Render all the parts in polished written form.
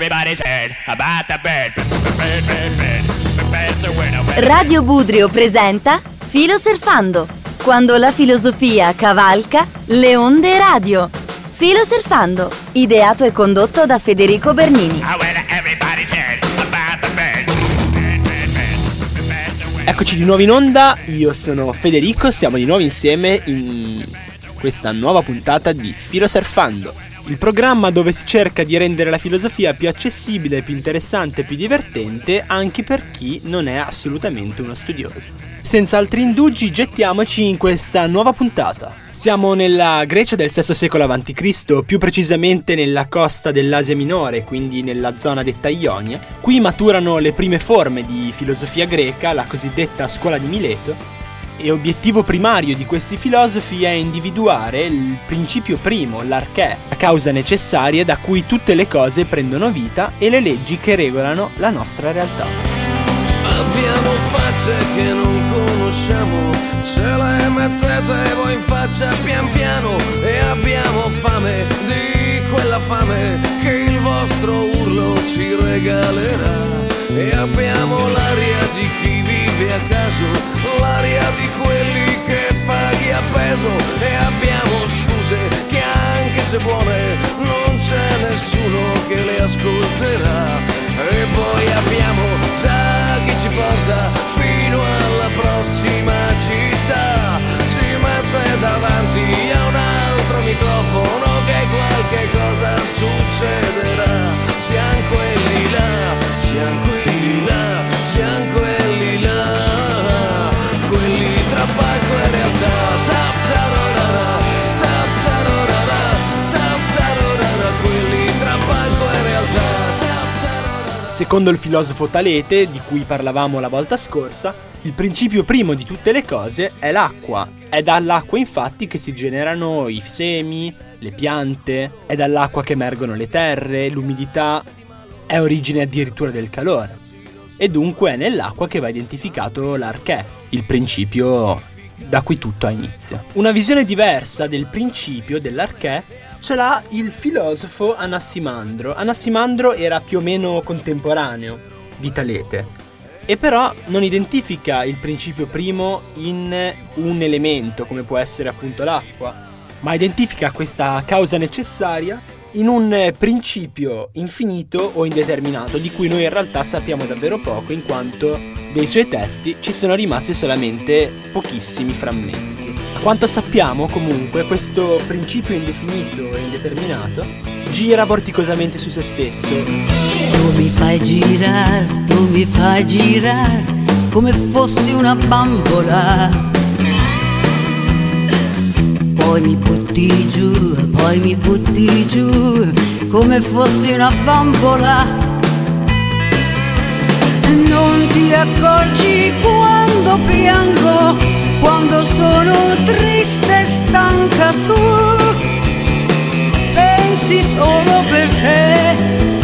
everybody's heard about the bird. Bird's a winner. Radio Budrio presenta Filo Surfando, quando la filosofia cavalca le onde radio. Filo Surfando, ideato e condotto da Federico Bernini. Everybody's heard about the bird. Eccoci di nuovo in onda, io sono Federico, siamo di nuovo insieme in questa nuova puntata di Filo Surfando, il programma dove si cerca di rendere la filosofia più accessibile, più interessante, più divertente anche per chi non è assolutamente uno studioso. Senza altri indugi gettiamoci in questa nuova puntata. Siamo nella Grecia del VI secolo a.C., più precisamente nella costa dell'Asia Minore, quindi nella zona detta Ionia. Qui maturano le prime forme di filosofia greca, la cosiddetta scuola di Mileto, e obiettivo primario di questi filosofi è individuare il principio primo, l'arché, la causa necessaria da cui tutte le cose prendono vita e le leggi che regolano la nostra realtà. Abbiamo facce che non conosciamo, ce le mettete voi in faccia pian piano. E abbiamo fame di quella fame che il vostro urlo ci regalerà. E abbiamo l'aria di chi vive a caso, l'aria di quelli che paghi a peso. E abbiamo scuse che anche se buone non c'è nessuno che le ascolterà. E poi abbiamo già chi ci porta fino alla prossima città, ci mette davanti a un altro microfono che qualche cosa succederà. Siamo quelli là, siamo quelli là, siamo quelli là, quelli tra palco e realtà. Tap tarorara, tap tarorara, tap tarorara, quelli tra palco e realtà. Secondo il filosofo Talete, di cui parlavamo la volta scorsa, il principio primo di tutte le cose è l'acqua. È dall'acqua infatti che si generano i semi, le piante, è dall'acqua che emergono le terre, l'umidità, è origine addirittura del calore. E dunque è nell'acqua che va identificato l'arché, il principio da cui tutto ha inizio. Una visione diversa del principio dell'arché ce l'ha il filosofo Anassimandro. Anassimandro era più o meno contemporaneo di Talete e però non identifica il principio primo in un elemento come può essere appunto l'acqua, ma identifica questa causa necessaria in un principio infinito o indeterminato di cui noi in realtà sappiamo davvero poco, in quanto dei suoi testi ci sono rimasti solamente pochissimi frammenti. A quanto sappiamo, comunque, questo principio indefinito e indeterminato gira vorticosamente su se stesso. Tu mi fai girare come fossi una bambola. Poi mi butti giù come fossi una bambola. E non ti accorgi quando piango, quando sono triste e stanca. Tu pensi solo per te.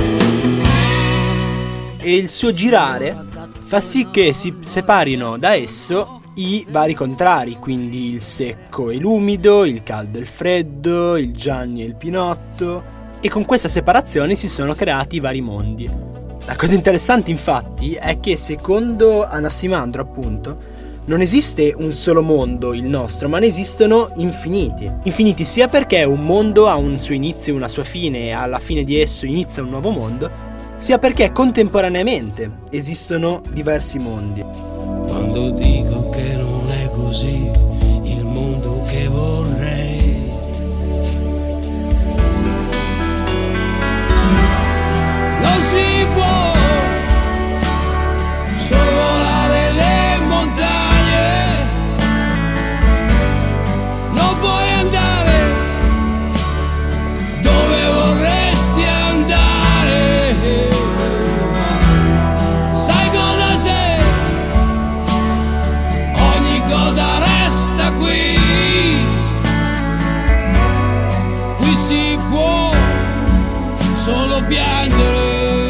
E il suo girare fa sì che si separino da esso i vari contrari, quindi il secco e l'umido, il caldo e il freddo, il Gianni e il Pinotto, e con questa separazione si sono creati i vari mondi. La cosa interessante infatti è che secondo Anassimandro appunto non esiste un solo mondo, il nostro, ma ne esistono infiniti. Infiniti sia perché un mondo ha un suo inizio e una sua fine e alla fine di esso inizia un nuovo mondo, sia perché contemporaneamente esistono diversi mondi. Quando dico che non è così il mondo che vorrei, non si può sorvolare le montagne, non puoi andare dove vorresti andare. Sai cosa c'è? Ogni cosa resta qui. Qui si può solo piangere.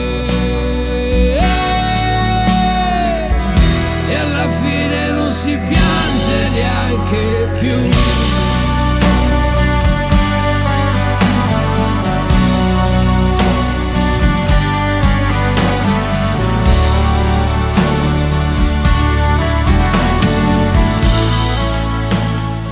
E alla fine non si piange neanche più.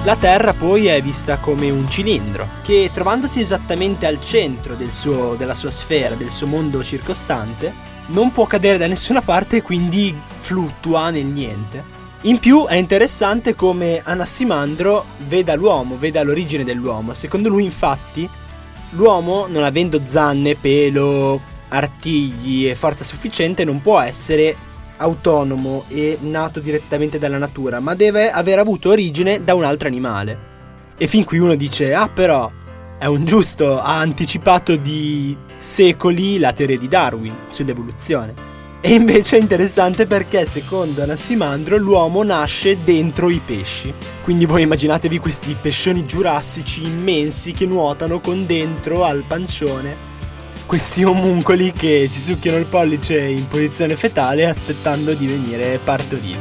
La Terra poi è vista come un cilindro che, trovandosi esattamente al centro della sua sfera, del suo mondo circostante, non può cadere da nessuna parte e quindi fluttua nel niente. In più è interessante come Anassimandro veda l'origine dell'uomo. Secondo lui, infatti, l'uomo, non avendo zanne, pelo, artigli e forza sufficiente, non può essere autonomo e nato direttamente dalla natura, ma deve aver avuto origine da un altro animale. E fin qui uno dice: ah, però è un giusto, ha anticipato di secoli la teoria di Darwin sull'evoluzione. E invece è interessante perché secondo Anassimandro l'uomo nasce dentro i pesci. Quindi voi immaginatevi questi pescioni giurassici immensi che nuotano con dentro al pancione questi omuncoli che si succhiano il pollice in posizione fetale aspettando di venire partoriti.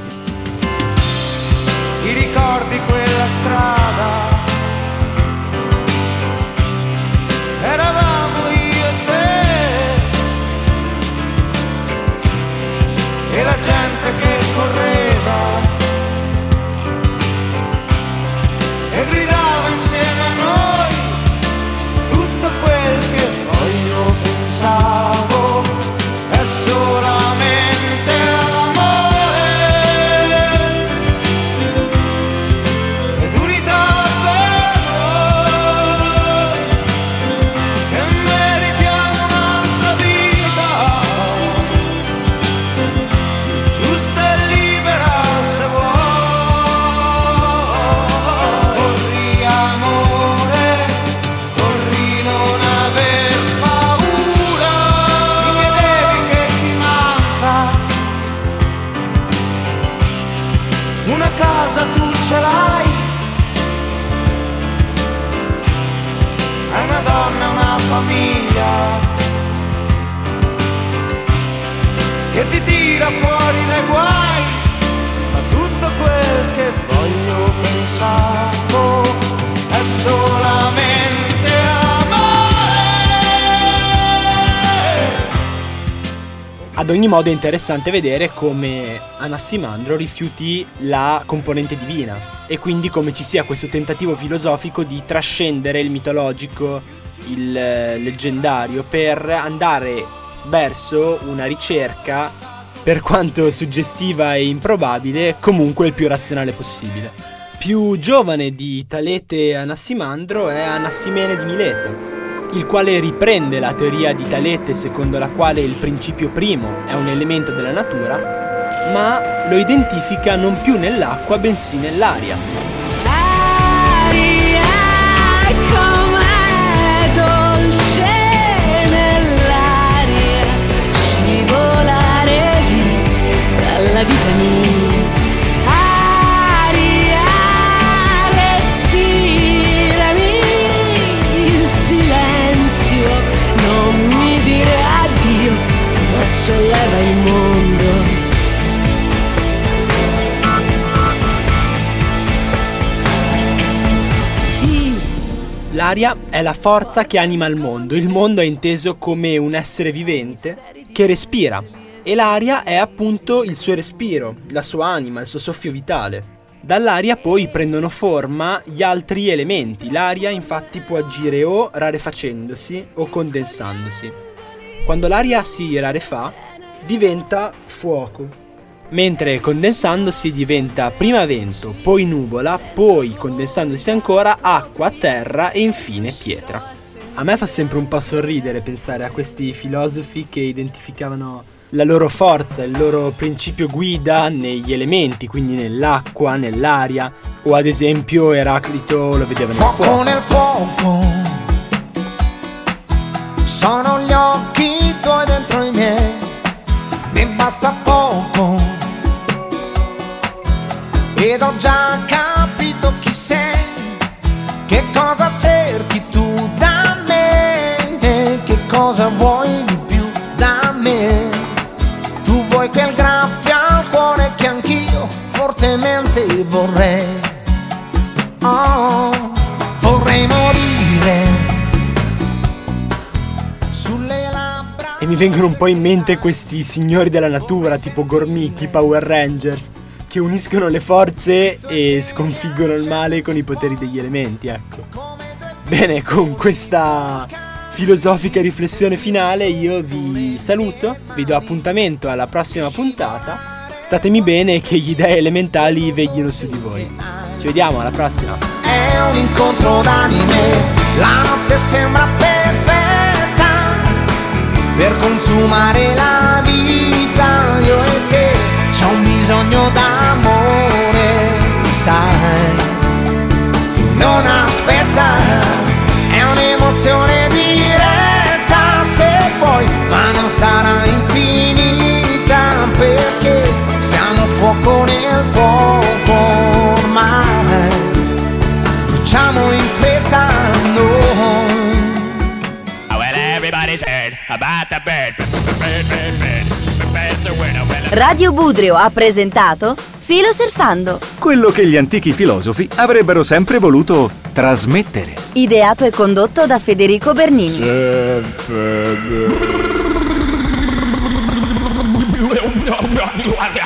Ti ricordi quella strada? Eravamo io e te e la gente che correva e gridava insieme a noi tutto quel che voglio. Pensavo è solamente amore ed unità per noi, che meritiamo un'altra vita giusta e libera se vuoi. Corri amore, corri, non aver paura. Una casa tu ce l'hai, hai una donna, una famiglia che ti tira fuori dai guai, ma tutto quel che voglio pensavo è solamente Ad ogni modo è interessante vedere come Anassimandro rifiuti la componente divina e quindi come ci sia questo tentativo filosofico di trascendere il mitologico, il leggendario, per andare verso una ricerca, per quanto suggestiva e improbabile, comunque il più razionale possibile. Più giovane di Talete e Anassimandro è Anassimene di Mileto, il quale riprende la teoria di Talete secondo la quale il principio primo è un elemento della natura, ma lo identifica non più nell'acqua bensì nell'aria. Aria com'è dolce nell'aria, scivolare via dalla vita mia. Non mi dire addio, ma solleva il mondo. Sì. L'aria è la forza che anima il mondo. Il mondo è inteso come un essere vivente che respira e l'aria è appunto il suo respiro, la sua anima, il suo soffio vitale. Dall'aria poi prendono forma gli altri elementi. L'aria infatti può agire o rarefacendosi o condensandosi. Quando l'aria si rarefà diventa fuoco, mentre condensandosi diventa prima vento, poi nuvola, poi condensandosi ancora acqua, terra e infine pietra. A me fa sempre un po' sorridere pensare a questi filosofi che identificavano la loro forza, il loro principio guida negli elementi, quindi nell'acqua, nell'aria, o ad esempio Eraclito lo vedeva nel fuoco. Fuoco nel fuoco, sono gli occhi tuoi dentro i miei, mi basta poco, ed ho già capito chi sei, che cosa cerchi tu da me, che cosa vuoi di più da me. Tu vuoi quel graffio al cuore che anch'io fortemente vorrei. Oh, vorrei morire sulle labbra. E mi vengono un po' in mente questi signori della natura, tipo Gormiti, Power Rangers, che uniscono le forze e sconfiggono il male con i poteri degli elementi, ecco. Bene, con questa filosofica riflessione finale io vi saluto, vi do appuntamento alla prossima puntata. Statemi bene e che gli dei elementali veglino su di voi. Ci vediamo alla prossima. È un incontro d'anime, la notte sembra perfetta per consumare la vita. Io e te c'ho un bisogno d'amore, sai, non aspetta, è un'emozione diretta se vuoi, ma non sarà infinita perché siamo fuoco nel fuoco ormai, facciamo in fretta noi. Oh, well, everybody's heard about the bird. Bird's a winner. Radio Budrio ha presentato Filo Surfando, Quello che gli antichi filosofi avrebbero sempre voluto trasmettere. ideato e condotto da Federico Bernini. Surfing.